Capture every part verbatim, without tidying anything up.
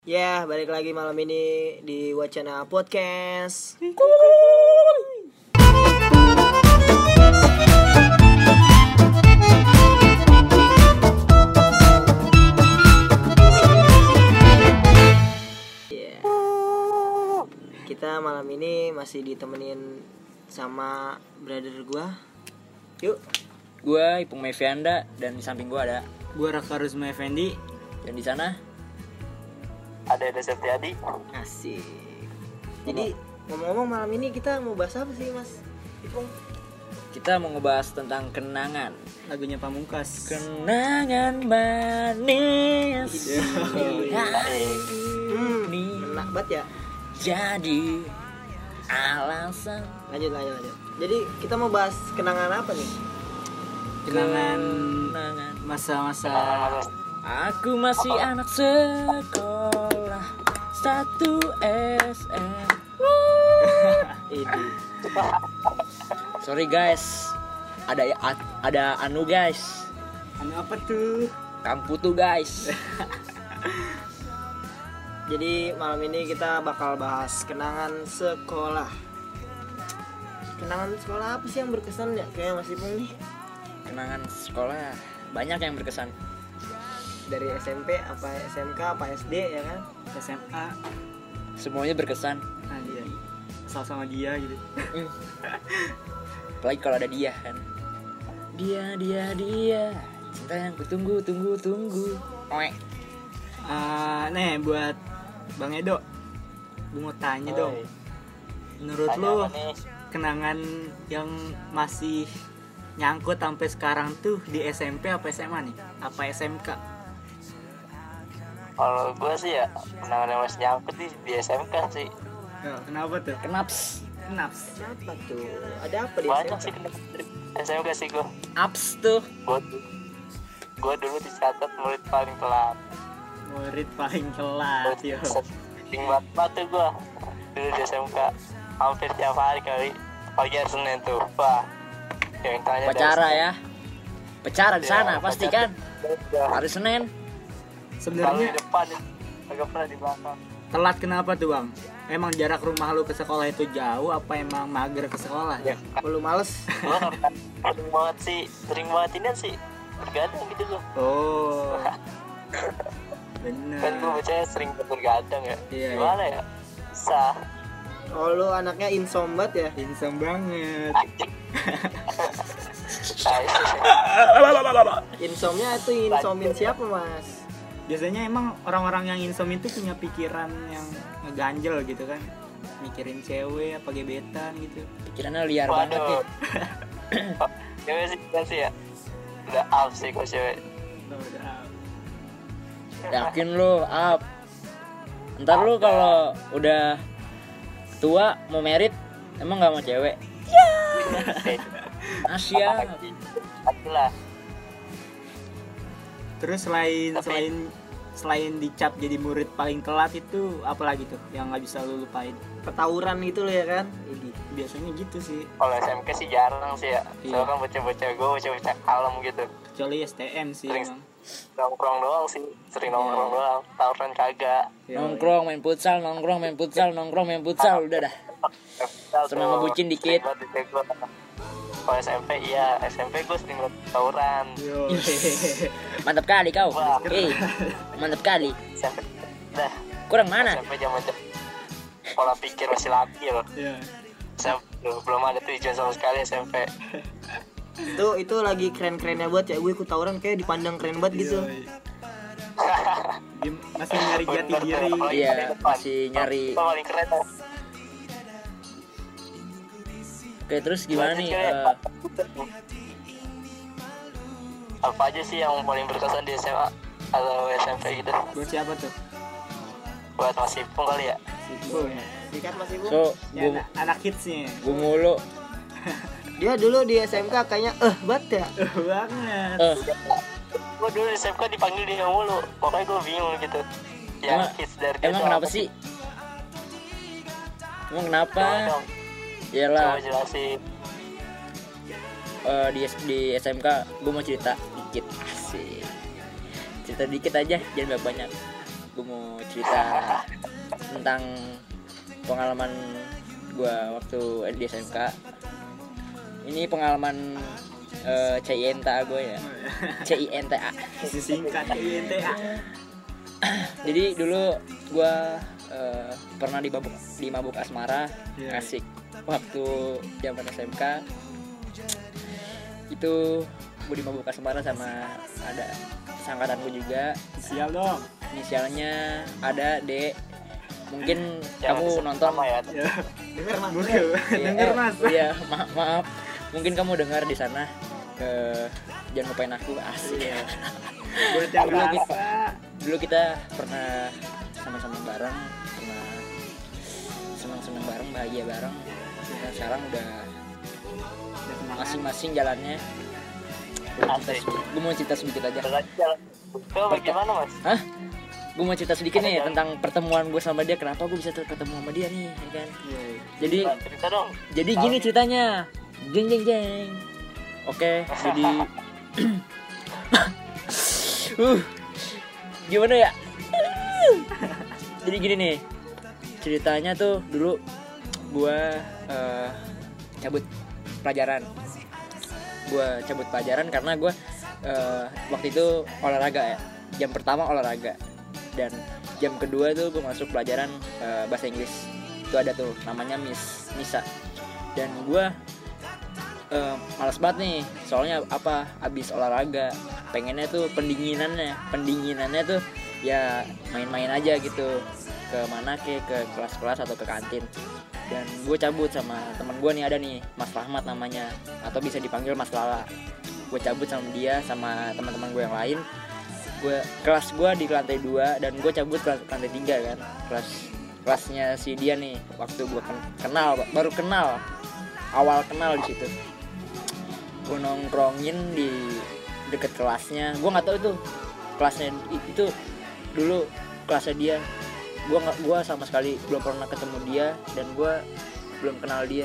Ya, balik lagi malam ini di Wacana Podcast. Yeah. Kita malam ini masih ditemenin sama brother gua. Yuk. Gua Ipung Mevianda dan di samping gua ada Gua Raka Rusma Effendi. dan di sana ada Eda Septiadi. Asik. Jadi ngomong-ngomong malam ini kita mau bahas apa sih, Mas Ipung? kita mau ngebahas tentang kenangan. Lagunya Pamungkas. Kenangan manis. Hmm, Ini enak banget ya. jadi alasan. Lanjut, lanjut, lanjut. Jadi kita mau bahas kenangan apa nih? Kenangan Kenangan. masa-masa Aku masih anak sekolah satu S M. Ini. Sorry guys, ada ada anu guys, anu apa tuh? Kang Putu guys. Jadi malam ini kita bakal bahas kenangan sekolah. Kenangan sekolah apa sih yang berkesan ya? Kayak Mas Ipung nih. Kenangan sekolah banyak yang berkesan. Dari S M P apa S M K apa S D ya kan? S M A. Semuanya berkesan. Nah, dia asal sama dia gitu. Apalagi kalau ada dia kan. Dia, dia, dia. Cinta yang kutunggu, tunggu, tunggu. Oek. Ah, nih buat Bang Edo. Gue mau tanya dong. Oi. Menurut Tanya lu apa nih? kenangan yang masih nyangkut sampai sekarang tuh di S M P apa S M A nih? Apa S M K? Kalau gue sih ya kenangan yang masih nyangkut di, di S M K sih. Ya, kenapa tuh? Kenaps. Naps. Siapa tuh? Ada apa di Banyak S M K? sih kenangan dari S M K sih gue. Ups tuh. Gue gue dulu dicatat murid paling telat. Murid paling telat yo. Sering banget tuh gue dulu di S M K. Hampir tiap hari kali pagi hari Senin tuh. Wah. Yang tanya Pacara ya. Pacara di sana Ya, pasti pacara. kan. Hari Senin. Kalau di Sebenarnya depan, agak pernah di belakang. telat kenapa tuh Bang? Emang jarak rumah lu ke sekolah itu jauh apa emang mager ke sekolah ya? Lu males? Gue sering banget sih, sering banget ini sih bergadang gitu gue. Oh. Kan gue Bener. bacanya sering bergadang ya. Iya, Gimana ya? Bisa. Oh, lu anaknya insombat ya? Insang banget. Anjing. Tai sih. Insomnya itu insomin siapa, Mas? Biasanya emang orang-orang yang insom itu punya pikiran yang ngeganjel gitu kan. Mikirin cewek apa gebetan gitu. Pikirannya liar banget ya. Waduh. Cewek sih kan sih ya. Udah up sih kok cewek. Oh, udah. Yakin lu up. Ntar lu kalau udah tua mau merit emang nggak mau cewek? Eh, Asia. Tapi lah. Terus selain Tapi- selain selain dicap jadi murid paling telat itu apa lagi tuh yang nggak bisa lu lupain? Petawuran gitu loh ya kan? Ini. Biasanya gitu sih. Kalau S M K sih jarang sih ya. Iya. Soalnya kan bocah-bocah gue bocah-bocah kalem gitu. Kecuali S T M sih Sering. emang. Nongkrong doang sih. Sering Iya. nongkrong doang. Tawuran kagak. Ya, Nongkrong main futsal, nongkrong main futsal, nongkrong main futsal, udah dah. Sama ngebucin dikit. Sering banget di gua. Kalau S M P iya, S M P gue sering banget tawuran. Yo. Mantap kali kau. Wah. Eh, mantap kali. S M P dah. Kurang mana? S M P zaman pola pikir masih labil. Ya. S M P belum ada tujuan sama sekali S M P. Itu itu lagi keren-kerennya buat ya. Gue ikut tawuran kayak dipandang keren banget gitu. Yoi. Dia masih nyari jati Bener, diri. paling Iya, paling depan. masih nyari. Apa paling keren tuh? Oke, terus gimana nih? Cewek. eh, Apa aja sih yang paling berkesan di S M A atau S M P gitu? Buat siapa tuh? Buat Mas Ipung kali ya. Sibuk ya. Sikat Mas Ibu. so, Ya, gua, anak, anak hitsnya. gua mulu. Dia dulu di S M K kayaknya eh banget ya. Eh banget. Eh, Gue dulu S M K dipanggil dia mulu, pokoknya gue bingung gitu. Yang Emang- hits dari dia emang tuh kenapa apa sih? Emang Coba kenapa? dong, Iyalah, coba jelasin. eh, di di S M K gua mau cerita dikit. Asik. Cerita dikit aja, jangan banyak banyak. gue mau cerita tentang pengalaman gue waktu di S M K. Ini pengalaman uh, C I N T A gue ya. C I N T A. Singkat C I N T A. Jadi dulu gue uh, pernah di mabuk di mabuk asmara, yeah. Asik. Waktu zaman S M K itu gue di mabuk asmara sama ada sangkatan gue juga. Sial dong. Inisialnya ada D. Mungkin Ya, kamu nonton sama ya. Ya. Dengar mas. Bukan. Iya, Denger eh, Mas. Iya, maaf, maaf. Mungkin kamu dengar di sana. Eh, jangan lupain aku, asik. Iya. Buat yang Dulu kita, rasa. dulu kita pernah sama-sama bareng, pernah senang-senang bareng, bahagia bareng. Dan sekarang udah masing-masing jalannya. Gue mau cerita, Asik. gue mau cerita sedikit aja. Itu bagaimana mas? Hah? Gue mau cerita sedikit nih tentang pertemuan gue sama dia. Kenapa gue bisa ketemu sama dia nih, ya kan? Iya. Jadi, Nah, cerita dong. jadi gini ceritanya. Jeng jeng jeng. Oke, jadi uh, gimana ya? Jadi gini nih. Ceritanya tuh dulu gua uh, cabut pelajaran. Gua cabut pelajaran karena gua uh, waktu itu olahraga ya. Jam pertama olahraga. Dan jam kedua tuh gua masuk pelajaran uh, bahasa Inggris. Itu ada tuh namanya Miss Nisa. Dan gua Uh, malas banget nih, soalnya apa, abis olahraga pengennya tuh pendinginannya pendinginannya tuh ya main-main aja gitu, ke mana ke ke kelas-kelas atau ke kantin. Dan gue cabut sama teman gue nih, ada nih Mas Rahmat namanya, atau bisa dipanggil Mas Lala. Gue cabut sama dia sama teman-teman gue yang lain. Gue kelas gue di lantai dua dan gue cabut ke lantai tiga kan, kelas kelasnya si dia nih. Waktu gue kenal baru kenal awal kenal di situ, gue nongkrongin di deket kelasnya. Gue nggak tahu itu kelasnya itu dulu kelasnya dia. Gue nggak, gue sama sekali belum pernah ketemu dia dan gue belum kenal dia.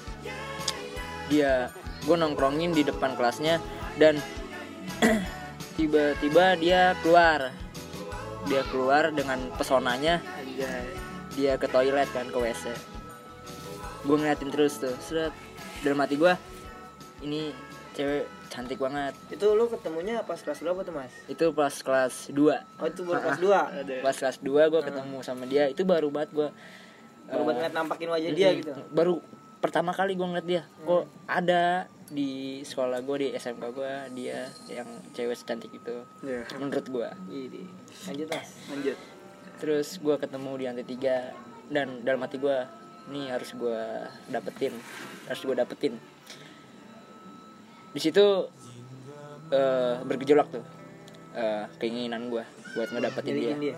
Dia, gue nongkrongin di depan kelasnya dan tiba-tiba dia keluar. Dia keluar dengan pesonanya. Anjay. Dia ke toilet kan, ke W C. Gue ngeliatin terus tuh, seret. Dalam hati gue, ini cewek cantik banget. Itu lu ketemunya pas kelas berapa tuh mas? Itu pas kelas dua. Oh itu baru kelas Ah, dua. Pas kelas dua gue ketemu sama dia. Itu baru banget gue Baru banget ngeliat nampakin wajah dia gitu. Baru pertama kali gue ngeliat dia. Kok ada di sekolah gue, di S M K gue, dia yang cewek secantik itu. Iya. Menurut gue. Ini lanjut mas. Lanjut. Terus gue ketemu di lantai tiga. Dan dalam hati gue, ini harus gue dapetin. Harus gue dapetin. Di situ uh, bergejolak tuh uh, keinginan gue buat ngedapetin dia, dia.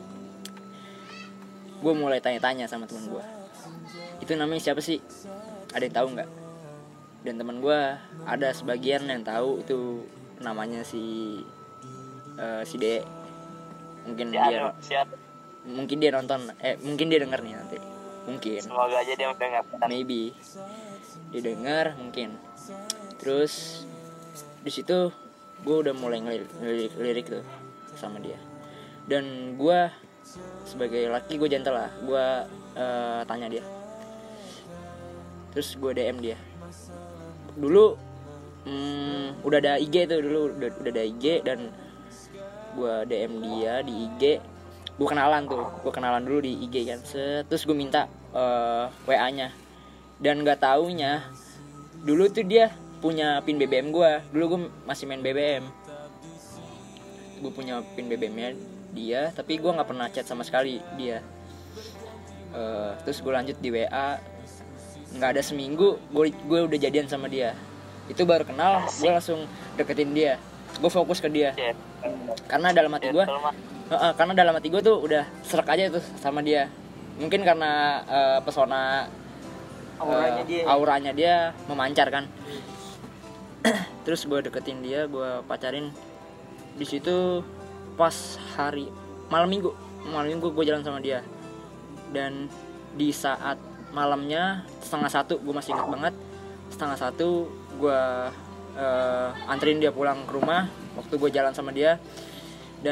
Gue mulai tanya-tanya sama teman gue, itu namanya siapa sih, ada yang tahu nggak? Dan teman gue ada sebagian yang tahu itu namanya si uh, si D. Mungkin Siap, dia siap. mungkin dia nonton, eh mungkin dia denger nih nanti, mungkin. Semoga aja dia mendengarkan. Maybe dia denger mungkin. Terus di situ gue udah mulai ngelirik lirik tuh sama dia. Dan gue sebagai laki gue gentle lah, gue uh, tanya dia. Terus gue D M dia. Dulu hmm, udah ada I G tuh, dulu udah, udah ada I G dan gue D M dia di I G. Gue kenalan tuh, gue kenalan dulu di I G kan. Terus gue minta uh, W A-nya. Dan nggak taunya dulu tuh dia punya pin B B M gue. Dulu gue masih main B B M. Gue punya pin B B M-nya dia, tapi gue nggak pernah chat sama sekali dia. Uh, terus gue lanjut di W A. Nggak ada seminggu, gue gue udah jadian sama dia. Itu baru kenal, gue langsung deketin dia. Gue fokus ke dia. Karena dalam hati gue, uh, uh, karena dalam hati gue tuh udah serak aja tuh sama dia. Mungkin karena uh, pesona Auranya uh, dia. auranya dia memancar kan. Terus gue deketin dia, gue pacarin. Di situ pas hari malam minggu, malam minggu gue jalan sama dia. Dan di saat malamnya setengah satu, gue masih ingat banget, setengah satu gue uh, anterin dia pulang ke rumah waktu gue jalan sama dia. Dan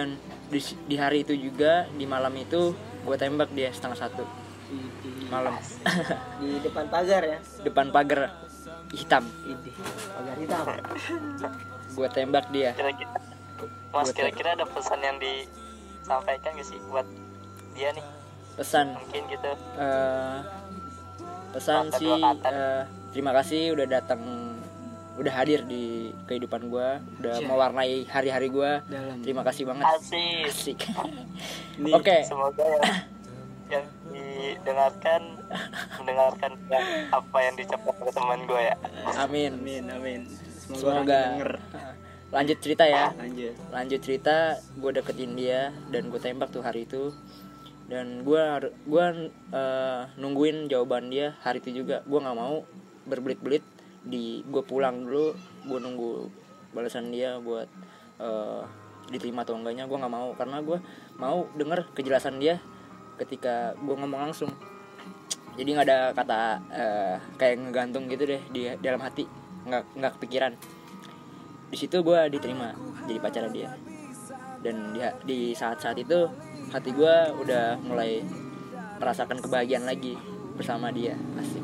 di, di hari itu juga, di malam itu gue tembak dia setengah satu malam. Di depan pagar ya. Depan pagar hitam. Ini pagar hitam. Gue tembak dia. Kira-kira Mas kira-kira ada pesan yang disampaikan gak sih buat dia nih? Pesan Mungkin gitu. eh, pesan Kata sih dua kata. eh, terima kasih udah datang, udah hadir di kehidupan gue, udah Iya. mewarnai hari-hari gue. Dalam. Terima kasih banget. Asik. Asik. Nih, Oke. Semoga yang, yang didengarkan mendengarkan yang apa yang diucapkan oleh teman gue ya. Amin. Amin, amin. Semoga, Semoga orang denger. lanjut cerita ya. Lanjut. Lanjut cerita, gue deketin dia dan gue tembak tuh hari itu. Dan gue gue eh, nungguin jawaban dia hari itu juga. Gue nggak mau berbelit-belit, di gue pulang dulu, gue nunggu balasan dia buat eh, diterima atau enggaknya. Gue nggak mau karena gue mau denger kejelasan dia ketika gue ngomong langsung. Jadi nggak ada kata eh, kayak ngegantung gitu deh di dalam hati, nggak nggak kepikiran. Di situ gue diterima jadi pacar dia. Dan di, di saat-saat itu hati gue udah mulai merasakan kebahagiaan lagi bersama dia. Asik.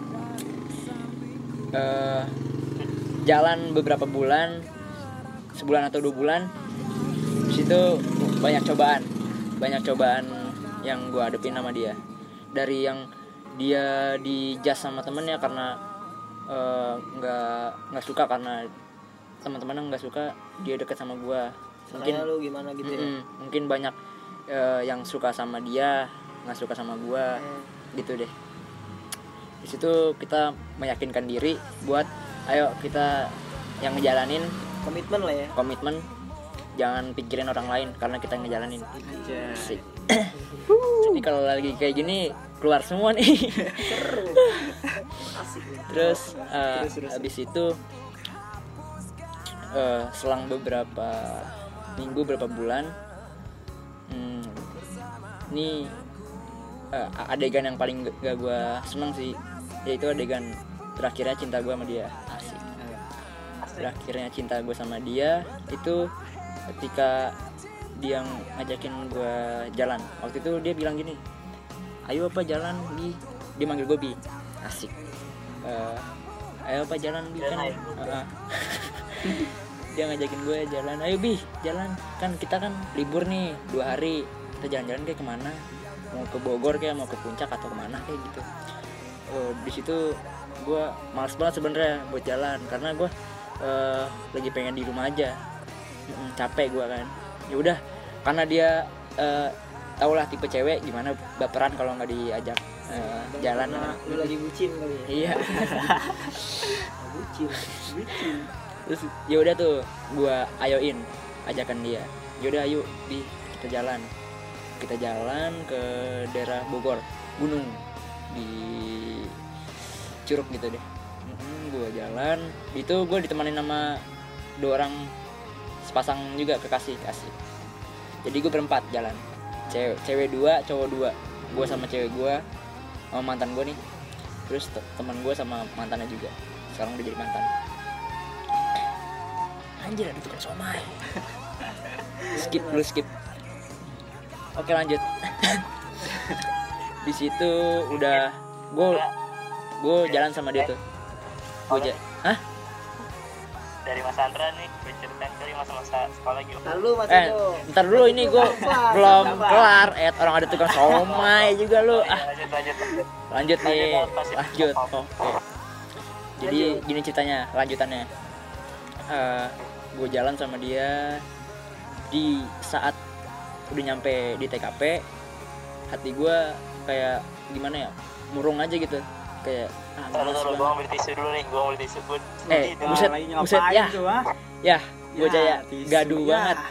Eh, jalan beberapa bulan, sebulan atau dua bulan, di situ banyak cobaan, banyak cobaan yang gue hadapin sama dia. Dari yang dia dijudge sama temennya karena eh, nggak nggak suka, karena teman-teman nggak suka dia deket sama gue. Mungkin Makanya lu gimana gitu ya. mm-mm, mungkin banyak eh, yang suka sama dia, nggak suka sama gue, Hmm. gitu deh. Di situ kita meyakinkan diri buat ayo kita yang ngejalanin Komitmen lah ya. komitmen, jangan pikirin orang lain karena kita ngejalanin. Aja. Asik. Jadi kalau lagi kayak gini keluar semua nih. Seru. Asik nih. Terus eh, Terus, terus. habis itu eh, selang beberapa minggu, beberapa bulan, hmm, ini eh, adegan yang paling gak, gak gue seneng sih, yaitu adegan terakhirnya cinta gue sama dia. Asik. Terakhirnya cinta gue sama dia itu ketika dia ngajakin gue jalan. Waktu itu dia bilang gini, ayo apa jalan Bi, dia manggil gue Bi. Asik. Eh, ayo apa jalan Bi kan. Uh-uh. Dia ngajakin gue jalan, ayo Bi jalan, kan kita kan libur nih dua hari, kita jalan-jalan kayak kemana, mau ke Bogor kayak, mau ke Puncak atau kemana kayak gitu. Uh, di situ gue malas banget sebenarnya buat jalan karena gue uh, lagi pengen di rumah aja. Mm, capek gue kan. Ya udah, karena dia uh, tau lah tipe cewek gimana, baperan kalau nggak diajak uh, jalan. Karena lu lagi bucin kali ya. Iya. Bucin. Bucin. Terus ya udah tuh gua ayoin ajakan dia. Ya udah ayo Bi, kita jalan. Kita jalan ke daerah Bogor, gunung di Curug gitu deh. Mm-hmm, gua jalan, itu gua ditemanin sama dua orang sepasang juga kekasih asik. Jadi gua berempat jalan. Cewek, cewek dua, cowok dua. Gua sama cewek gua sama mantan gua nih. Terus te- teman gua sama mantannya juga. Sekarang udah jadi mantan. Anjir, ada tukang somai. Skip dulu, skip. Oke, lanjut. Di situ udah gue gue jalan sama dia tuh. Gue ja- Hah? Dari Mas Andra nih, gue ceritain kali masa-masa sekolah gitu. Lalu Mas Eh, Edo. ntar dulu ini gue Sabar, belum sabar. kelar. Eh, orang ada tukang somai juga lu. Ah, Lanjut, lanjut, lanjut. lanjut nih, Lanjut, apa sih? lanjut. Oke. Jadi gini ceritanya, lanjutannya. Eh, gue jalan sama dia, di saat udah nyampe di T K P, hati gue kayak gimana ya, murung aja gitu, kayak ah, Taruh, males taruh, gue banget. ambil tisu dulu nih, gue ambil tisu. Gue Eh, Wah, buset, lagi buset, ngapain ya. tuh, ah? Ya, gue Ya, jaya tisu, gaduh ya. banget.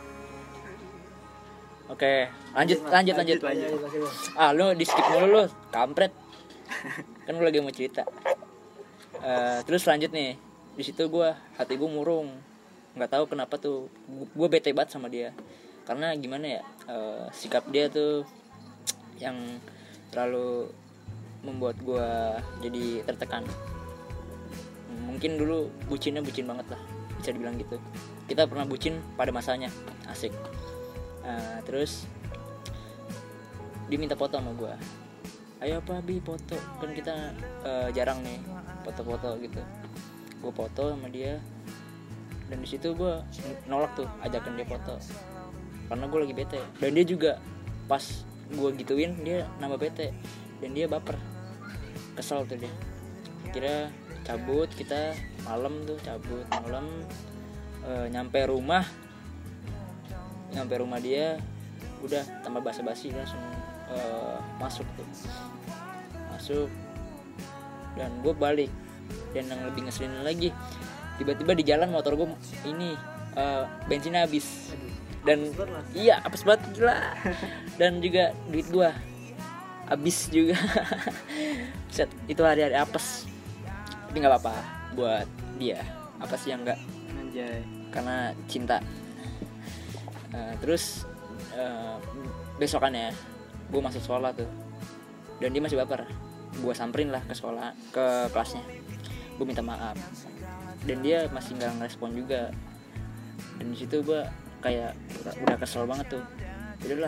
Oke, lanjut, lanjut, lanjut. lanjut. Lanjut, Mas Edo. Ah, lu di skip mulu lu, kampret. Kan lu lagi mau cerita. Eh, terus lanjut nih. Di situ gue, hati gue murung. Nggak tahu kenapa tuh. Gue bete banget sama dia. Karena gimana ya? eh, sikap dia tuh yang terlalu membuat gue jadi tertekan. Mungkin dulu bucinnya bucin banget lah, bisa dibilang gitu. Kita pernah bucin pada masanya, asik. uh, terus dia minta foto sama gue, ayo apa bi foto, kan kita uh, jarang nih foto-foto gitu. Gue foto sama dia dan di situ gue nolak tuh ajakan dia foto karena gue lagi bete, dan dia juga pas gue gituin dia nambah bete dan dia baper, kesel tuh dia. Kira cabut, kita malam tuh cabut malam, e, nyampe rumah nyampe rumah dia udah tambah basa-basi langsung e, masuk tuh masuk dan gue balik. Dan yang lebih ngeselin lagi, tiba-tiba di jalan motor gue ini uh, bensin habis dan iya apes banget gila. Dan juga duit gue habis juga. Set, itu hari-hari apes, tapi nggak apa-apa buat dia, apa sih yang nggak, Anjay. karena cinta. Uh, terus uh, besokannya gue masuk sekolah tuh dan dia masih baper. Gue samperin lah ke sekolah, ke kelasnya, gue minta maaf dan dia masih nggak ngerespon juga. Dan di situ gue kayak udah kesel banget tuh, udahlah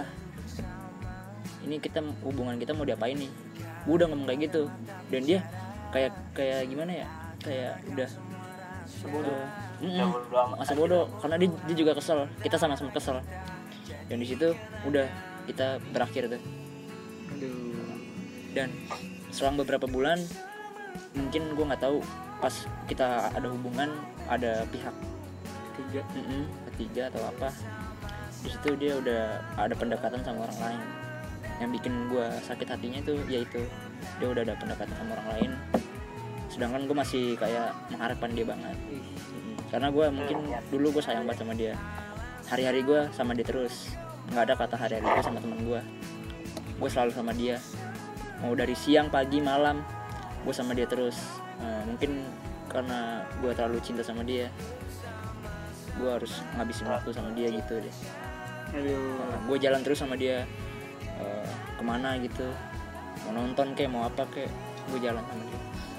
ini kita hubungan kita mau diapain nih, gue udah ngomong kayak gitu. Dan dia kayak kayak gimana ya, kayak udah Sebodoh. uh, masa bodoh karena dia, dia juga kesel, kita sama-sama kesel. Dan di situ udah kita berakhir tuh. Aduh. Dan selang beberapa bulan, mungkin gue nggak tahu, pas kita ada hubungan ada pihak Tiga. mm-mm, ketiga atau apa, di situ dia udah ada pendekatan sama orang lain. Yang bikin gue sakit hatinya tuh yaitu dia udah ada pendekatan sama orang lain, sedangkan gue masih kayak mengharapkan dia banget. Mm-mm. Karena gue mungkin dulu gue sayang banget sama dia, hari-hari gue sama dia terus, nggak ada kata hari-hari gue sama teman gue. Gue selalu sama dia, mau dari siang, pagi, malam, gue sama dia terus. Nah, mungkin karena gue terlalu cinta sama dia, gue harus ngabisin waktu sama dia gitu deh. Aduh. Nah, gue jalan terus sama dia, uh, kemana gitu, mau nonton kayak mau apa kayak, gue jalan sama dia.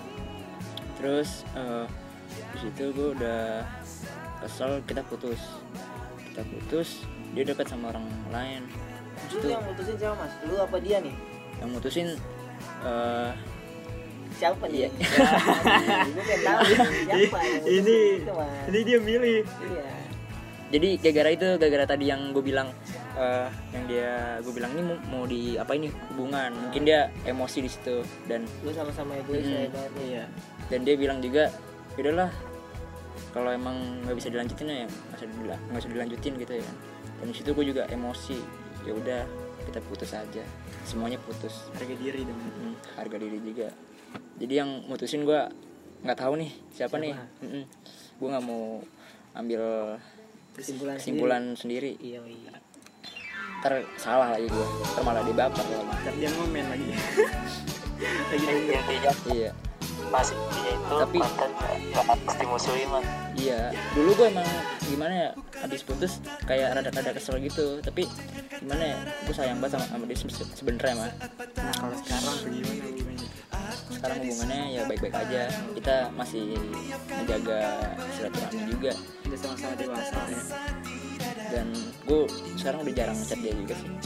Terus uh, di situ gue udah kesel, kita putus, kita putus, dia dekat sama orang lain. Itu yang mutusin siapa mas? Lu apa dia nih? Yang mutusin uh, Siapa nih? Iya. Gue pengen tahu siapa yang mutusin ini itu, Mas. ini dia milih. Iya. jadi gara-gara itu, gara-gara tadi yang gue bilang, uh, yang dia gue bilang ini mau, mau di apa ini hubungan, mungkin dia emosi di situ. Dan Lu sama-sama egois Mm-mm. ya banget nih. Iya. dan dia bilang juga, yaudahlah kalau emang nggak bisa dilanjutin ya nggak usah dila- nggak usah dilanjutin gitu ya. Dan di situ gue juga emosi, ya udah kita putus aja, semuanya putus. Harga diri dong. Mm-mm, harga diri juga. Jadi yang mutusin gue nggak tahu nih siapa, Siapa? nih. Mm-mm. Gue nggak mau ambil Kesimpulan, kesimpulan sendiri. Iya iya. Ntar salah lagi gue, ntar malah dia baper loh. Ntar dia ngomen lagi. Lagi dulu. Intinya Iya, masih dia itu Tapi- mantan nggak harus dimusuhin mah. iya. Dulu gue emang gimana ya, habis putus kayak rada-rada kesel gitu. Tapi gimana ya, gue sayang banget sama, sama dia se- sebenernya mah. Nah kalau sekarang tuh gimana hubungannya? Sekarang hubungannya ya baik-baik aja. Kita masih menjaga silaturahmi juga. Udah sama-sama dewasa ya. Dan gue sekarang udah jarang ngechat dia juga sih.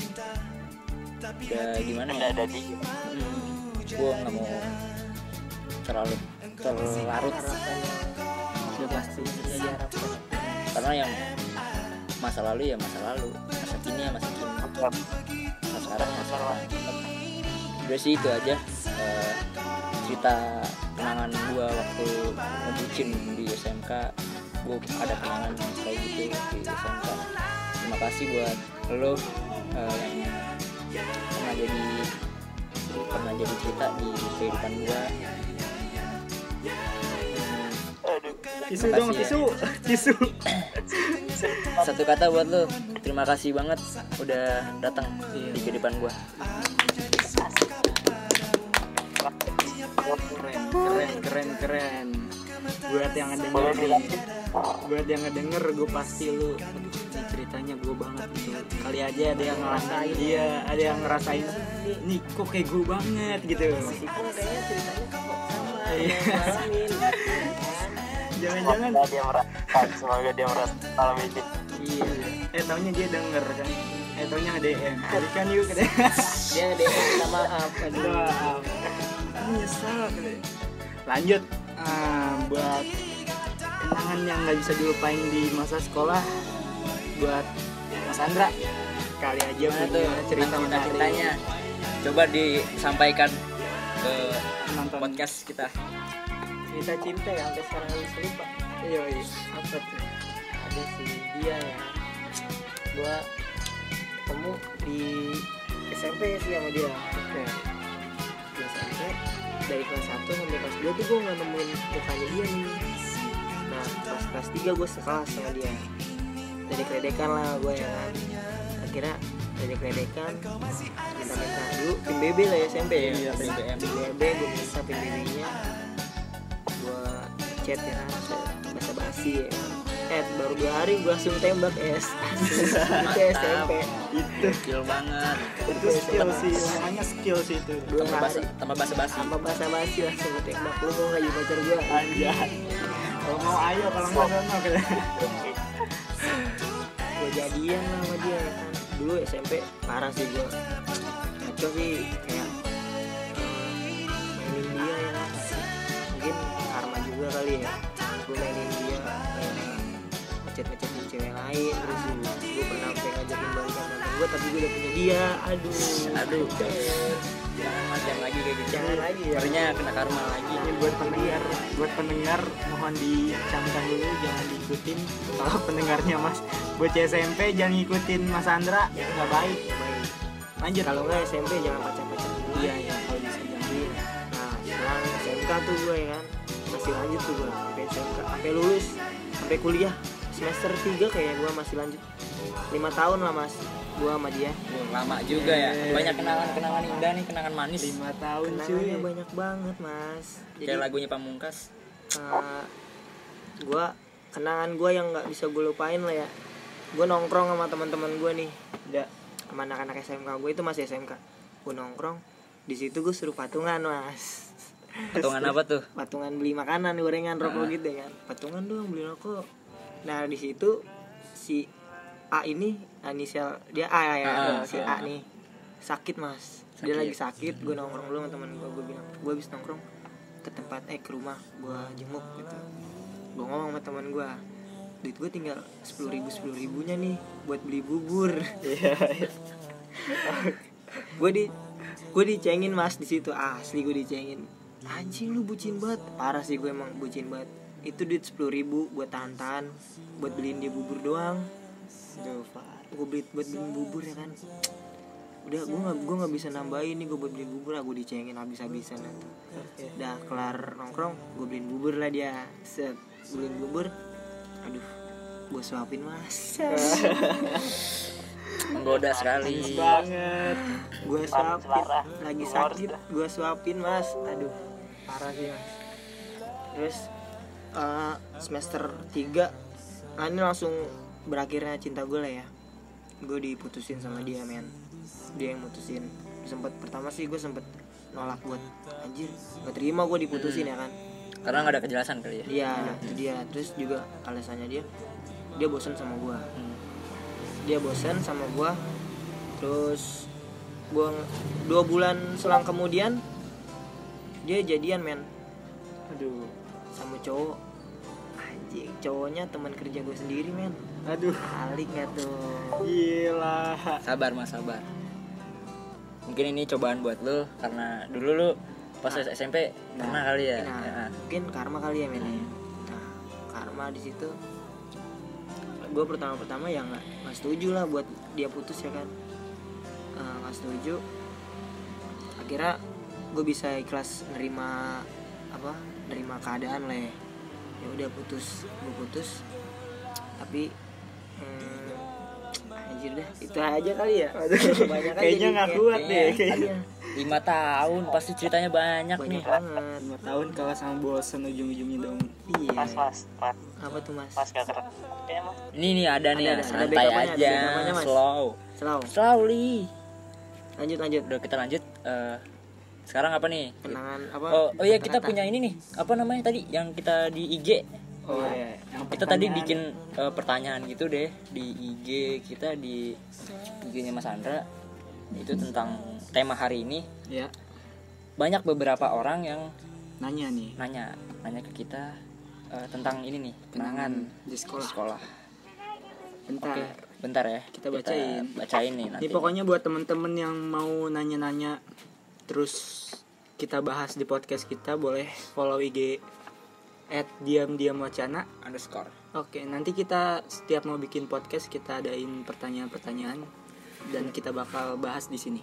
Udah gimana Udah ya, ada di hmm, gue nggak mau terlalu terlarut, Sudah pasti sudah diharapkan. karena yang masa lalu ya masa lalu, masa kini ya masa kini, masa sekarang ya sekarang. Udah sih itu aja, eh, cerita kenangan gue waktu ngebucin di S M K. Gue ada kenangan kayak gitu di S M K. Terima kasih buat lo, eh, yang pernah jadi pernah jadi cerita di kehidupan gue. Tisu Makasih dong, ya. tisu, tisu. Satu kata buat lo, terima kasih banget udah datang di kehidupan gue. Keren, keren, keren. Buat yang ngedenger nih, buat yang ngedenger, gue pasti lu, aduh, ini ceritanya gue banget gitu. Kali aja ada yang ngerasain, iya, ada yang ngerasain. Nih kok kayak gue banget gitu. Meskipun kayaknya ceritanya kok sama Iya. yang ngalamin. Jangan-jangan, semoga dia merasa semoga dia merasa malam ini. iya. Eh taunya dia denger kan. Eh taunya nge-D M. Balikan yuk ke D M. Dia nge-D M minta maaf. Aduh. Maaf. Aku nyesal. Lanjut. Ah, buat kenangan yang nggak bisa dilupain di masa sekolah, buat Mas Andra kali aja Gimana punya tuh cerita cinta menarik. cintanya? Coba disampaikan ke Penonton. podcast kita. Cerita cinta ya sampai sekarang harus lupa. Iya, iya. Apa tuh? Ada si dia ya. Gua ketemu di S M P sih sama dia. Oke. Di S M P dari kelas satu sampai kelas dua tuh gue nggak nemuin mukanya dia nih. Nah pas kelas tiga gue sekelas sama dia. Jadi keledekan lah gue ya kan. Akhirnya jadi keledekan. Minta-minta dulu pin B B lah ya S M P ya. Iya, pin B B M. Pin B B gue minta pin B B nya. Gue chat ya kan. Basa basi ya kan. Eh baru dua hari gue langsung tembak es. Itu S M P. Itu Skill banget. itu skill sih, namanya skill sih itu. Dua Tambah basa, hari. tambah basa-basi. Sama basa basi langsung gue tembak. Lu mau nggak jadi pacar gue? Anjay. Kalau mau ayo, kalau enggak sono gitu. Gue jadian lah sama dia ya kan. Dulu S M P parah sih gue. Ngaco sih kayak eh, mainin dia ya kan. Mungkin karma juga kali ya. Gue mainin dia kayak ngechat-ngechatin cewek lain. Terus gue pernah sampai ngajakin balikan mantan gue tapi gue udah punya dia. Aduh. Aduh. Jangan mas, jangan lagi kayak gitu. Jangan lagi ya. Ternyata kena karma lagi. Ini buat pendengar, buat pendengar mohon dicamkan dulu, jangan diikutin. Kalau pendengarnya Mas bocah S M P jangan ngikutin Mas Andra, nggak baik. Baik. Lanjut. Kalau nggak S M P jangan pacar-pacar dulu. Iya, iya, kalau bisa jangan. Iya. Nah setelah S M K tuh gue ya kan masih lanjut tuh gue sampai S M K sampai lulus sampai kuliah semester tiga kayak gue masih lanjut lima tahun lah mas gue sama dia. Wah, lama juga ya. Banyak kenangan-kenangan indah nih, kenangan manis. lima tahun cuy. Kenangannya banyak banget mas. Jadi Kayak lagunya Pamungkas. uh, gue kenangan gue yang nggak bisa gue lupain lah ya. Gue nongkrong sama teman-teman gue nih, Ya. sama anak-anak S M K gue itu masih S M K. Gue nongkrong di situ gue suruh patungan mas. Patungan apa tuh? Patungan beli makanan, gorengan, rokok Ah. gitu ya kan. Patungan dong beli rokok. Nah di situ si A ini inisial dia A ya, Ah, si A nih sakit mas. Dia Sakit. lagi sakit. Gue nongkrong dulu sama temen gue. Gue bilang gue habis nongkrong ke tempat eh ke rumah gue jenguk gitu. Gue ngomong sama temen gue, duit gue tinggal sepuluh ribu sepuluh ribunya nih buat beli bubur. Iya. Gue di gue dicengin mas di situ, asli gue dicengin. Anjing lu bucin banget. Parah sih gue emang bucin banget. Itu duit sepuluh ribu buat tahan-tahan buat beliin dia bubur doang. Duh, Pak. Gue beli buat beliin bubur ya kan. Udah gue nggak gue nggak bisa nambahin nih gue buat beliin bubur. Aku dicengin habis-habisan itu. Udah kelar nongkrong gue beliin bubur lah dia. Set beliin bubur. Aduh gue suapin mas. Menggoda sekali. Banget. Gue suapin lagi sakit gue suapin mas. Aduh parah sih mas. Terus uh, semester tiga nah ini langsung berakhirnya cinta gue lah ya. Gue diputusin sama dia men. Dia yang mutusin. Sempet pertama sih gue sempet nolak buat anjir gak terima gue diputusin ya kan. Karena nggak ada kejelasan kali ya. Iya itu dia. Terus juga alasannya dia dia bosan sama gue. Dia bosan sama gue. Terus gue dua bulan selang kemudian dia jadian men Aduh. sama cowok. Anjing cowoknya teman kerja gue sendiri men. Aduh. Alik gak tuh. Gila. Sabar mas, sabar. Mungkin ini cobaan buat lo karena dulu lu pas Nah. S M P pernah kali ya. Nah, Ya. mungkin karma kali ya men. Hmm. Nah karma di situ gue pertama-pertama ya nggak nggak setuju lah buat dia putus ya kan. Eh, nggak setuju. Akhirnya gue bisa ikhlas nerima apa nerima keadaan lah ya. Ya udah putus, gue putus. Tapi hmm, anjir dah itu aja kali ya. Banyak aja Kayaknya jadi nggak kayak- kuat deh. Kayaknya Kayaknya. lima tahun pasti ceritanya banyak, banyak nih. banget. lima tahun kalau sama bosen ujung-ujungnya dong. Iya. Mas, mas, mas, Apa tuh mas? mas gak keren. Ya, mas. Ini nih ada nih Ada, ya, ada. Ada santai backup-nya, ada aja, backup-nya, Mas. slow, Selalu. slowly. Lanjut lanjut. Udah kita lanjut. eh, sekarang apa nih? Kenangan apa? Oh, oh iya kita kata-kata. punya ini nih. Apa namanya tadi yang kita di I G? Oh iya. Yang Kita tadi pertanyaan- bikin uh, pertanyaan gitu deh di I G kita, di I G-nya Mas Andra. Itu tentang tema hari ini. ya Banyak beberapa orang yang nanya nih nanya nanya ke kita uh, tentang ini nih, kenangan kenangan di sekolah. sekolah. Bentar. Oke, bentar ya. Kita bacain. bacain nih nanti. Ini pokoknya buat temen-temen yang mau nanya-nanya terus kita bahas di podcast kita, boleh follow I G at diam diam wacana. underscore. Oke, nanti kita setiap mau bikin podcast kita adain pertanyaan-pertanyaan dan kita bakal bahas di sini.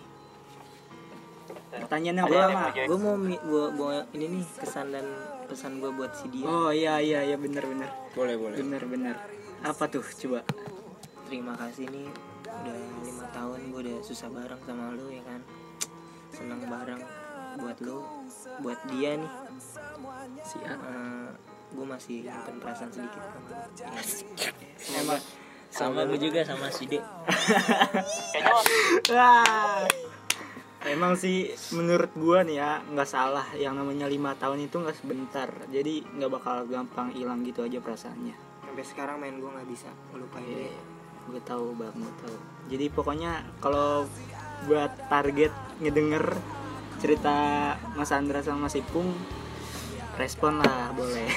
Pertanyaan yang Ada yang pertama. mau Gue mau mi- gua, gua ini nih kesan dan pesan gue buat si dia. Oh iya iya iya benar benar. Boleh, boleh. Benar benar. Apa tuh coba? Terima kasih nih udah lima tahun gue udah susah bareng sama lu ya kan, seneng bareng buat lu, buat dia nih. Si A. Eh, gue masih nyimpen perasaan sedikit sama lu. Ya. Emang Sama gue juga sama si D. Kayaknya Wah. Emang sih menurut gua nih ya nggak salah, yang namanya lima tahun itu nggak sebentar, jadi nggak bakal gampang hilang gitu aja perasaannya. Sampai sekarang main gue nggak bisa ngelupain Iya, dia. gue tahu bang, gue tahu. Jadi pokoknya kalau buat target ngedenger cerita Mas Andra sama Mas Ipung, respon lah boleh.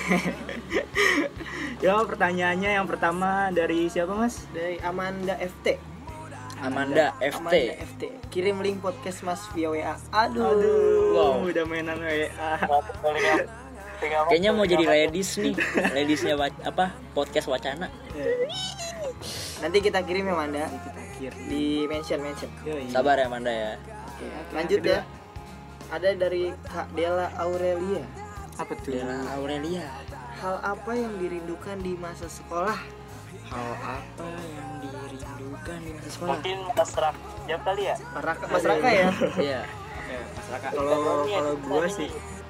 Yo, pertanyaannya yang pertama dari siapa Mas? Dari Amanda F T. Amanda F T. Amanda F T. Kirim link podcast Mas via W A. Aduh. Aduh, Wow. udah mainan W A. tinggal tinggal Kayaknya mau jadi tinggal- ladies nih. Ladiesnya wa- apa? Podcast Wacana. Nanti kita kirim ya Amanda. Kita akhir. Di mention mention. Yoi. Sabar ya Amanda ya. Oke, lanjut ya. Ada dari Kak Della Aurelia. Apa tuh? Della Aurelia. Hal apa yang dirindukan di masa sekolah? Hal apa yang dirindukan di masa sekolah? Mungkin Mas Rak jawab kali ya. Mas Raka, Mas Raka ya. Iya. Kalau kalau gua sih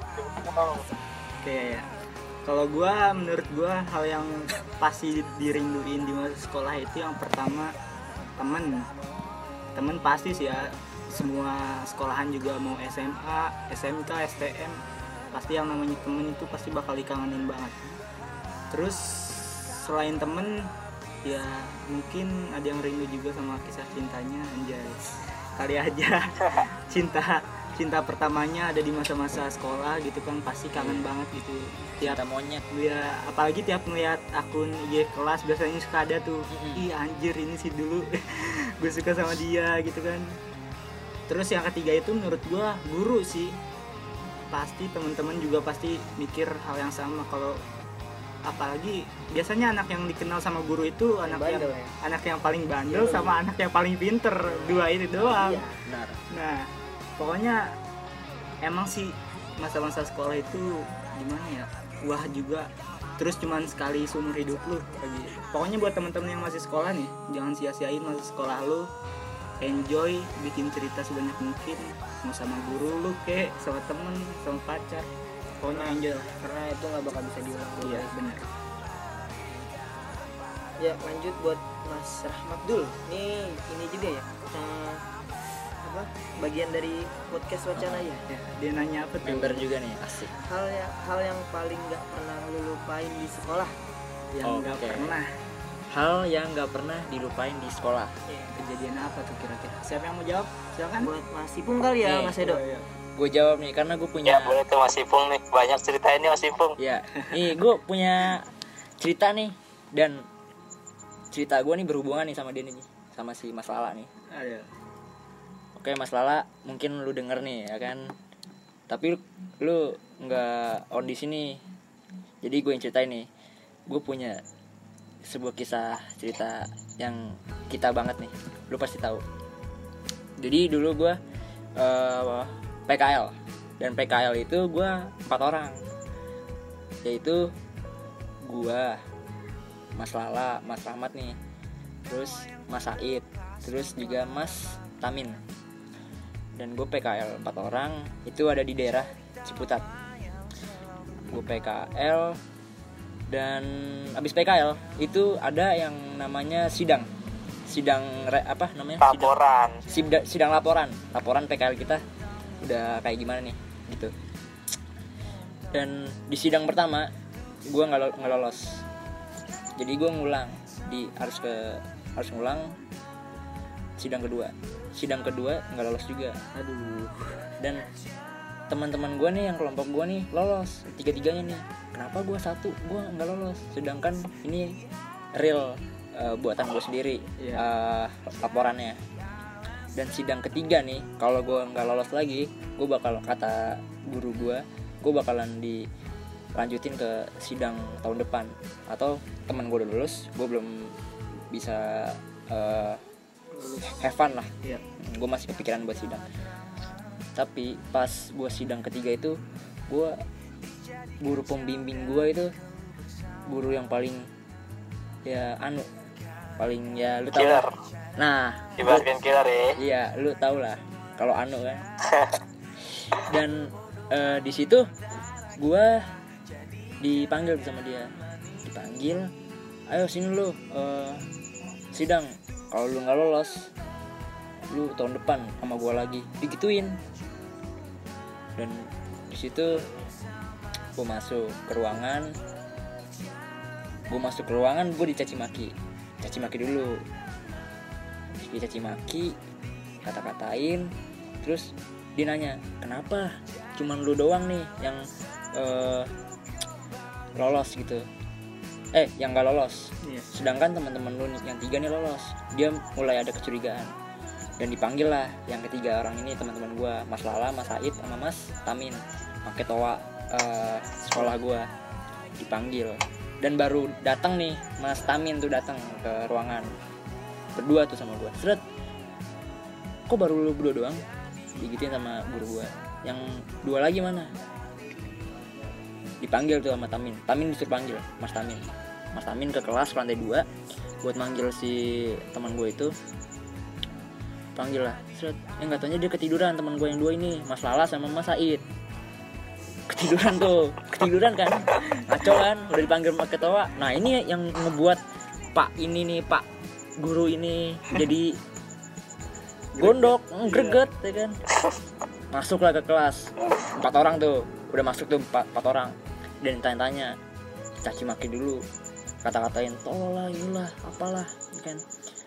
kayak ya. Kalau gua menurut gua hal yang pasti dirinduin di masa sekolah itu yang pertama temen. Temen pasti sih ya. Semua sekolahan juga mau S M A, S M K, S T M, pasti yang namanya temen itu pasti bakal dikangenin banget. Terus selain temen ya mungkin ada yang rindu juga sama kisah cintanya, anjay. Kali aja cinta cinta pertamanya ada di masa-masa sekolah gitu kan, pasti kangen banget gitu. Tiap Cinta monyet. ya apalagi tiap ngeliat akun I G kelas biasanya suka ada tuh, Mm-mm. ih anjir ini sih dulu gue suka sama dia gitu kan. Terus yang ketiga itu menurut gue guru sih, pasti teman-teman juga pasti mikir hal yang sama. Kalau apalagi biasanya anak yang dikenal sama guru itu anak yang bandel ya? anak yang paling bandel sama anak yang paling pinter, dua itu doang. Iya. Benar. Nah, pokoknya emang sih masa-masa sekolah itu gimana ya? Wah juga. Terus cuman sekali seumur hidup lu lagi. Pokoknya buat teman-teman yang masih sekolah nih, jangan sia-siain masa sekolah lu. Enjoy, bikin cerita sebanyak mungkin. Mau sama guru lu kek, sama temen, sama pacar. Pokoknya enjoy lah. Karena itu nggak bakal bisa diulang. Iya, benar. Ya lanjut buat Mas Rahmat dulu. Nih ini juga ya. Hmm, apa? Bagian dari podcast wacana ya. Ya, dia nanya apa tuh? Member juga nih, asik. Hal yang hal yang paling nggak pernah lu lupain di sekolah. Yang nggak Oke. pernah. Hal yang nggak pernah dilupain di sekolah. Kejadian apa tuh kira-kira? Siapa yang mau jawab? Silakan. Buat Mas Ipung kali ya, Nih. Mas Edo. Oh, iya. Gue jawab nih karena gue Ya punya. boleh tuh Mas Ipung nih, banyak ceritain nih Mas Ipung. Ya, nih gue punya cerita nih, dan cerita gue nih berhubungan nih sama dia nih, sama si Mas Lala nih. Ayo. Oke Mas Lala, mungkin lu denger nih ya kan, tapi lu, lu nggak on di sini, jadi gue yang ceritain nih. Gue punya sebuah kisah cerita yang kita banget nih, lu pasti tahu. Jadi dulu gue uh, P K L, dan P K L itu gue empat orang, yaitu gue, Mas Lala, Mas Rahmat nih, terus Mas Said, terus juga Mas Tamin. Dan gue P K L empat orang, itu ada di daerah Ciputat. Gue P K L, dan abis P K L itu ada yang namanya sidang, sidang re, apa namanya? Sidang, Laporan. sidang, sidang laporan, laporan P K L kita udah kayak gimana nih, gitu. Dan di sidang pertama gue nggak lo- nggak lolos. Jadi gue ngulang di harus ke harus ngulang sidang kedua. Sidang kedua nggak lolos juga. Aduh. Dan teman-teman gue nih yang kelompok gue nih lolos tiga-tiganya nih. Kenapa gue satu gue nggak lolos? Sedangkan ini real uh, buatan gue sendiri, Iya. uh, laporannya. Dan sidang ketiga nih, kalau gue nggak lolos lagi, gue bakal kata guru gue, gue bakalan dilanjutin ke sidang tahun depan. Atau teman gue udah lulus, gue belum bisa uh, have fun lah. Iya. Gue masih kepikiran buat sidang. Tapi pas gue sidang ketiga itu, gue guru pembimbing gue itu guru yang paling ya anu paling ya lu tahu. Killer. Nah, Ibaratkan killer ya. iya, lu tau lah kalau anu kan. Dan eh, di situ gue dipanggil sama dia, dipanggil, ayo sini lu eh, sidang. Kalau lu nggak lolos, lu tahun depan sama gue lagi, digituin. Dan di situ gue masuk ke ruangan, gue masuk ke ruangan, gue dicaci maki, caci maki dulu. Dicaci maki, kata-katain, terus dia nanya, kenapa cuman lu doang nih yang uh, lolos gitu, eh yang gak lolos, Iya. sedangkan teman-teman lu nih, yang tiga nih lolos. Dia mulai ada kecurigaan dan dipanggil lah yang ketiga orang ini, teman-teman gue, Mas Lala, Mas Said, sama Mas Tamin, pakai toa uh, sekolah gue, dipanggil. Dan baru datang nih Mas Tamin tuh datang ke ruangan berdua tuh sama gue. Seret, kok baru lu berdua doang? Digituin sama guru gue. Yang dua lagi mana? Dipanggil tuh sama Tamin. Tamin disuruh panggil Mas Tamin. Mas Tamin ke kelas lantai dua buat manggil si teman gue itu. Panggil lah. Seret, eh nggak taunya dia ketiduran, teman gue yang dua ini, Mas Lala sama Mas Said. Ketiduran tuh, ketiduran kan? Ngaco kan? Udah dipanggil pakai toa. Nah ini yang ngebuat Pak ini nih, Pak guru ini jadi gondok, greget ya kan. Masuklah ke kelas, empat orang tuh, udah masuk tuh empat, empat orang. Dan tanya-tanya, caci maki dulu, kata-katain tolol lah, inilah, apalah, ya kan.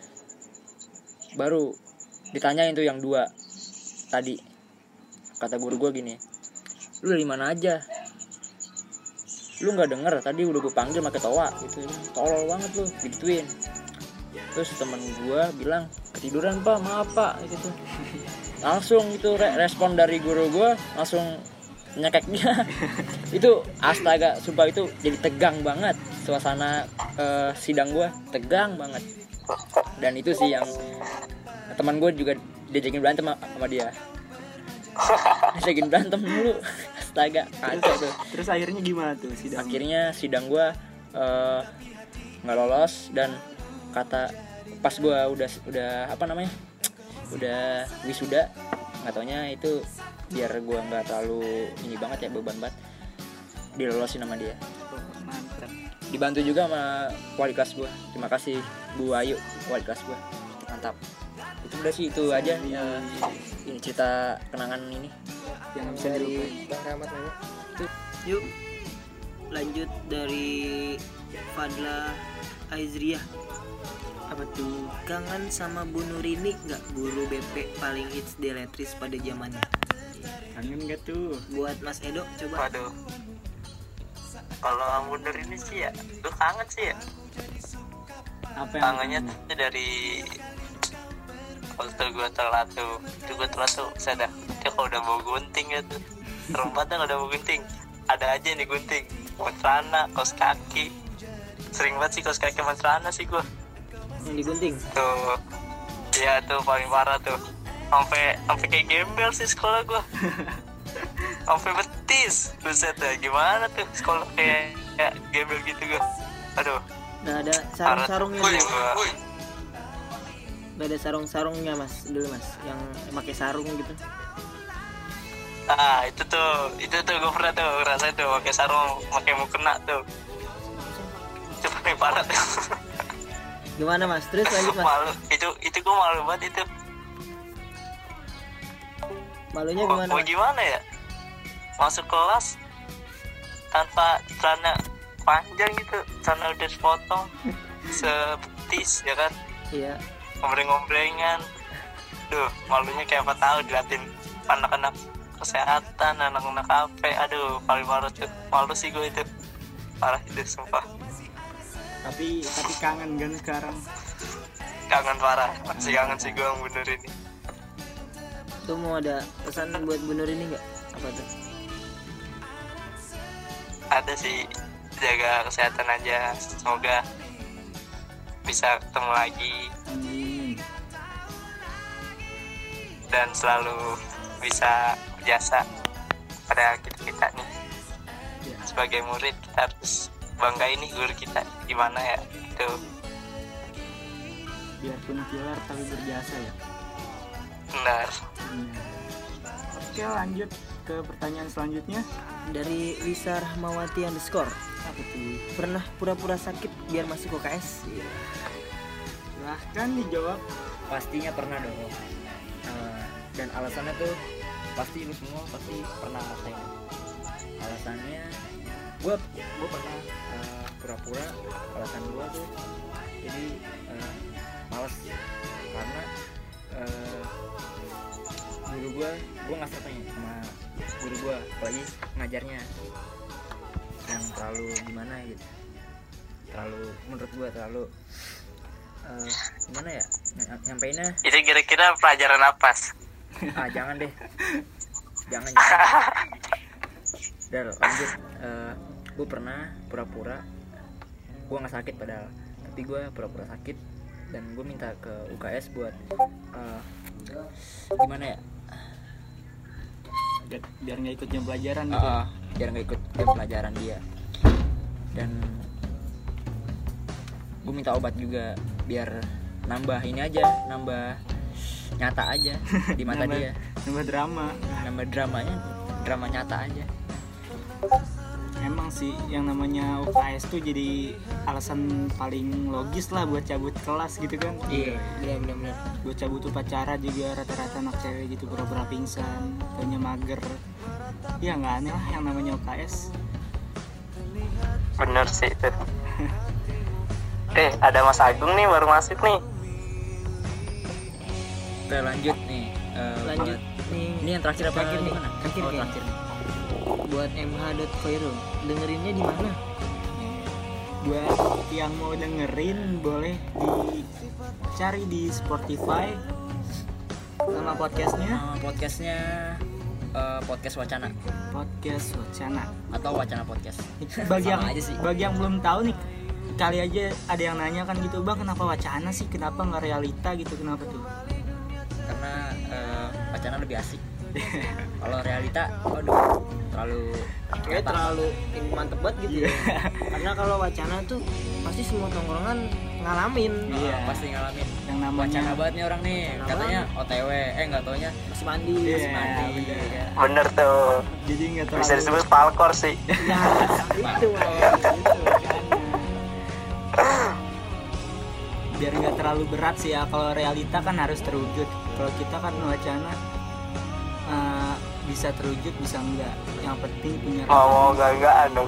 Baru ditanyain tuh yang dua tadi, kata guru gue gini, lu dari mana aja? Lu nggak denger tadi udah gue panggil pakai toa gitu, tolol banget lu, digituin. Terus temen gue bilang, ketiduran pak, maaf pak gitu. Langsung gitu re- respon dari guru gue, langsung nyekek dia. Itu astaga, sumpah itu jadi tegang banget suasana uh, sidang gue, tegang banget. Dan itu sih yang teman gue juga diajakin berantem sama dia, diajakin berantem dulu. Astaga, kacau tuh. Terus akhirnya gimana tuh sidang? Akhirnya sidang gue uh, nggak lolos. Dan kata pas gue udah udah apa namanya udah wisuda, nggak taunya itu biar gue nggak terlalu ini banget ya, beban banget, dilolosin sama dia. Mantap. Dibantu juga sama wali kelas gue, terima kasih Bu Ayu, wali kelas gue, mantap. Itu udah sih, itu aja ya, ini cerita kenangan ini Yang bisa dilupain. Dari Bang Rahmat nanya. Yuk lanjut dari Fadla Aizriyah. Apa tuh? Kangen sama Bu Nurini nggak? Guru B P paling hits di Letris pada zamannya. Kangen gak tuh? Buat Mas Edo coba. Waduh. Kalau mundur ini sih ya, gue kangen sih ya. Apa yang Kangennya tuh dari waktu gue telat tuh, itu gue telat tuh, sadar dia kalau udah bawa gunting ya tuh, serem banget kalau udah bawa gunting, ada aja nih gunting, mau celana, kaos kaki, sering banget sih kaos kaki sama celana sih gue. Yang digunting. Tuh, ya tuh paling parah tuh, sampai sampai kayak gembel sih sekolah gue, sampai betis, buset dah, gimana tuh sekolah kayak, kayak gembel gitu gue, aduh. Nggak ada Parah. sarung-sarungnya Wih, dulu. wih. Nggak ada sarung-sarungnya mas dulu mas, yang pakai sarung gitu. Ah itu tuh, itu tuh gue pernah tuh ngerasain tuh pakai sarung, pakai mukena tuh, itu paling parah tuh. Gimana mas? Terus lanjut mas. Malu, itu itu gue malu banget itu. Malunya Mau, gimana? mau Mas? gimana ya? Masuk kelas tanpa celana panjang gitu, sana udah dipotong sebetis ya kan, Iya. ngombreng-ngombrengan. Duh, malunya kayak apa tahu diliatin anak-anak kesehatan, anak-anak kafe. Aduh, paling parah tuh, malu sih gue itu, parah itu sumpah. Tapi tapi kangen kan sekarang. Kangen parah, masih kangen sih gue yang bener ini. Tuh mau ada pesan buat Bu Nur ini nggak? Apa tuh? Ada sih, jaga kesehatan aja, semoga bisa ketemu lagi Hmm. dan selalu bisa berjasa pada kita kita nih. Ya. Sebagai murid kita harus bangga ini guru kita gimana ya itu. Biarpun killer tapi berjasa ya. Benar. Hmm. Oke, lanjut ke pertanyaan selanjutnya. Dari Lisa Rahmawati underscore. Apa tuh? Pernah pura-pura sakit biar masuk U K S? Silahkan dijawab. Pastinya pernah dong. Eh, dan alasannya tuh pasti lu semua pasti pernah ngerasain. Alasannya gue gue pernah eh, pura-pura, alasan gue tuh jadi eh, males karena eh, guru gue gue nggak serta nih sama guru gue, apalagi ngajarnya yang terlalu gimana gitu, terlalu menurut gue terlalu eh, gimana ya ny- nyampeinnya. Itu kira-kira pelajaran apa? Ah jangan deh, jangan jangan. Udah lanjut. Uh, gue pernah pura-pura, gue nggak sakit padahal, tapi gue pura-pura sakit dan gue minta ke U K S buat uh, gimana ya? Biar, biar nggak ikut jam pelajaran gitu. Uh, biar nggak ikut jam pelajaran dia. Dan gue minta obat juga biar nambah ini aja, nambah nyata aja di mata Nambah- dia, Nambah drama. nambah dramanya, drama nyata aja. Emang sih yang namanya U K S tuh jadi alasan paling logis lah buat cabut kelas gitu kan. Iya, benar-benar. Buat cabut upacara juga rata-rata anak cewek gitu pura-pura pingsan, taunya mager. Ya nggak aneh lah yang namanya U K S. Bener sih itu. Eh, ada Mas Agung nih baru masuk nih. Kita lanjut nih. eh, Lanjut buat- nih. Ini yang terakhir apa Terakhir di nih. mana? Terakhir oh, kayaknya. terakhir nih. Buat m h dot Khairul. Dengerinnya di mana? Buat yang mau dengerin boleh dicari di Spotify. Nama podcastnya Nama podcastnya eh, podcast Wacana Podcast Wacana. atau Wacana Podcast. Bagi yang Sama aja sih. bagi yang belum tahu nih, kali aja ada yang nanya kan gitu, bang kenapa Wacana sih, kenapa nggak realita gitu, kenapa tuh? Karena eh, Wacana lebih asik. Kalau realita, waduh, terlalu Kayak terlalu yang mantep banget gitu ya. Karena kalau wacana tuh pasti semua tongkrongan ngalamin. eh, Iya. pasti ngalamin. Yang namanya Wacana banget nih orang nih, Wacana katanya O T W, eh nggak taunya Masih mandi. Iya, Masih mandi. bener. Ya. Bener tuh. jadi nggak terlalu Bisa disebut Falkor sih. Ya, itu. gitu, biar nggak terlalu berat sih ya. Kalau realita kan harus terwujud, kalau kita kan wacana eh, bisa terwujud bisa enggak, yang penting punya Mau gak-gagan dong.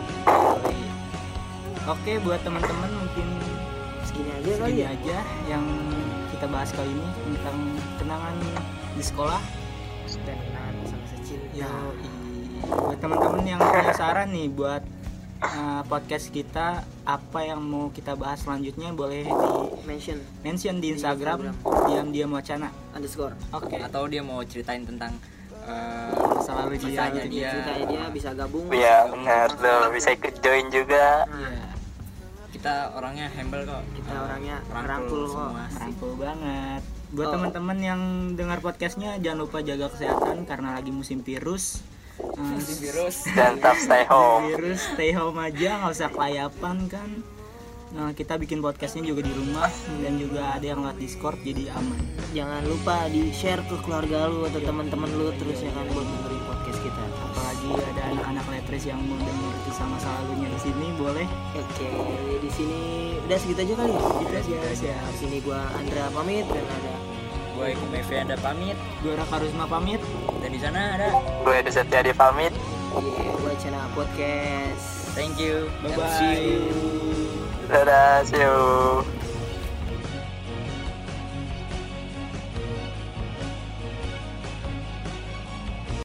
Oke, buat teman-teman mungkin Segini aja kali segini ya. aja yang kita bahas kali ini tentang kenangan di sekolah. Dan kenangan masa-masa cinta. Yo, buat teman-teman yang punya saran nih buat uh, podcast kita, apa yang mau kita bahas selanjutnya, boleh di Mention mention di Di Instagram, Instagram. diam-diam wacana. underscore. Oke. atau dia mau ceritain tentang eh, Masa lalu dia. Ceritanya gitu. dia. Ceritanya dia bisa gabung. Iya bener tuh, bisa ikut join juga. Nah, Iya, kita orangnya humble kok. kita orangnya Rangkul rangkul kok. semua. rangkul banget. Buat Oh. teman-teman yang dengar podcastnya, jangan lupa jaga kesehatan karena lagi musim virus. Uh, Si virus. Dan tetap stay home. virus stay home aja, nggak usah kelayapan kan. Nah, kita bikin podcastnya juga di rumah dan juga ada yang lewat Discord, jadi aman. Jangan lupa di share ke keluarga lu atau teman-teman lu terus ya kan buat dengerin podcast kita. Apalagi ada anak-anak letris yang mau denger kisah masa lalunya di sini, boleh. Oke, di sini udah segitu aja kali ya. Gitu aja, ya. Di sini gua Andra pamit dan ada Gue Iku Mevi Anda pamit, Gue Raka Rusma pamit. dan di sana ada Gue Edu Setiadi pamit. di Wacana Podcast. Thank you. Bye And bye. see you. Dadah, see you.